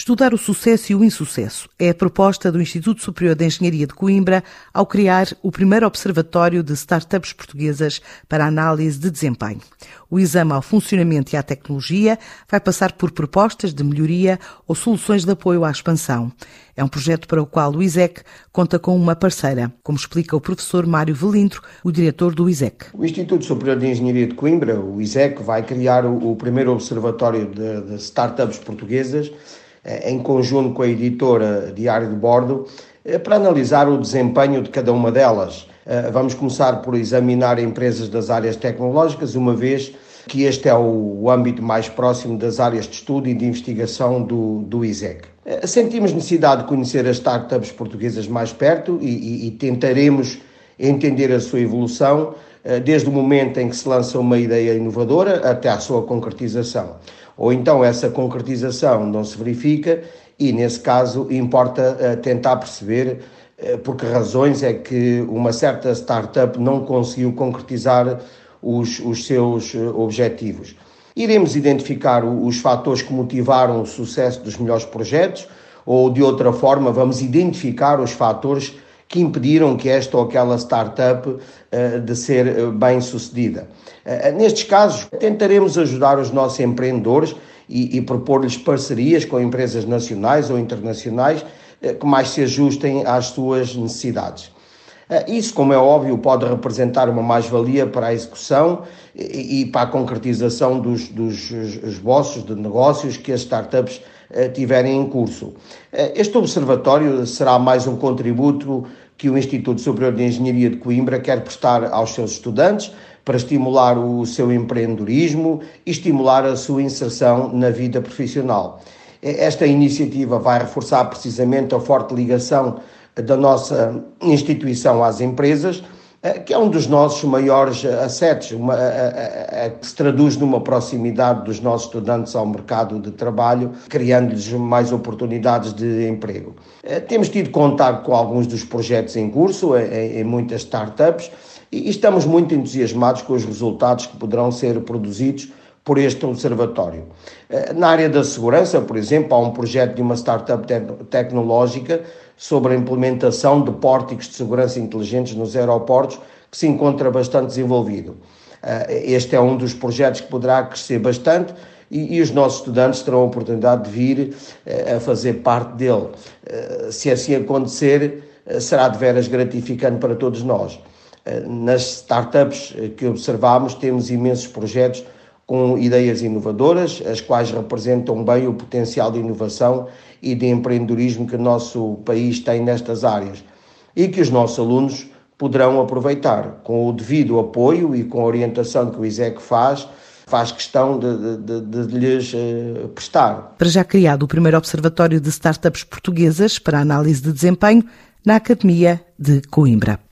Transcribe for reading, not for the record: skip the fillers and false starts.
Estudar o sucesso e o insucesso é a proposta do Instituto Superior de Engenharia de Coimbra ao criar o primeiro observatório de startups portuguesas para análise de desempenho. O exame ao funcionamento e à tecnologia vai passar por propostas de melhoria ou soluções de apoio à expansão. É um projeto para o qual o ISEC conta com uma parceira, como explica o professor Mário Velindro, o diretor do ISEC. O Instituto Superior de Engenharia de Coimbra, o ISEC, vai criar o primeiro observatório de startups portuguesas, em conjunto com a editora Diário de Bordo, para analisar o desempenho de cada uma delas. Vamos começar por examinar empresas das áreas tecnológicas, uma vez que este é o âmbito mais próximo das áreas de estudo e de investigação do ISEC. Sentimos necessidade de conhecer as startups portuguesas mais perto e tentaremos entender a sua evolução, desde o momento em que se lança uma ideia inovadora até à sua concretização. Ou então essa concretização não se verifica e, nesse caso, importa tentar perceber por que razões é que uma certa startup não conseguiu concretizar os seus objetivos. Iremos identificar os fatores que motivaram o sucesso dos melhores projetos ou, de outra forma, vamos identificar os fatores que impediram que esta ou aquela startup de ser bem-sucedida. Nestes casos, tentaremos ajudar os nossos empreendedores e propor-lhes parcerias com empresas nacionais ou internacionais que mais se ajustem às suas necessidades. Isso, como é óbvio, pode representar uma mais-valia para a execução e para a concretização dos esboços de negócios que as startups tiverem em curso. Este observatório será mais um contributo que o Instituto Superior de Engenharia de Coimbra quer prestar aos seus estudantes para estimular o seu empreendedorismo e estimular a sua inserção na vida profissional. Esta iniciativa vai reforçar precisamente a forte ligação da nossa instituição às empresas, que é um dos nossos maiores assets, que se traduz numa proximidade dos nossos estudantes ao mercado de trabalho, criando-lhes mais oportunidades de emprego. Temos tido contato com alguns dos projetos em curso, em muitas startups, e estamos muito entusiasmados com os resultados que poderão ser produzidos por este observatório. Na área da segurança, por exemplo, há um projeto de uma startup tecnológica sobre a implementação de pórticos de segurança inteligentes nos aeroportos, que se encontra bastante desenvolvido. Este é um dos projetos que poderá crescer bastante e os nossos estudantes terão a oportunidade de vir a fazer parte dele. Se assim acontecer, será de veras gratificante para todos nós. Nas startups que observamos, temos imensos projetos com ideias inovadoras, as quais representam bem o potencial de inovação e de empreendedorismo que o nosso país tem nestas áreas e que os nossos alunos poderão aproveitar. Com o devido apoio e com a orientação que o ISEC faz questão de lhes prestar. Para já criado o primeiro observatório de startups portuguesas para análise de desempenho na Academia de Coimbra.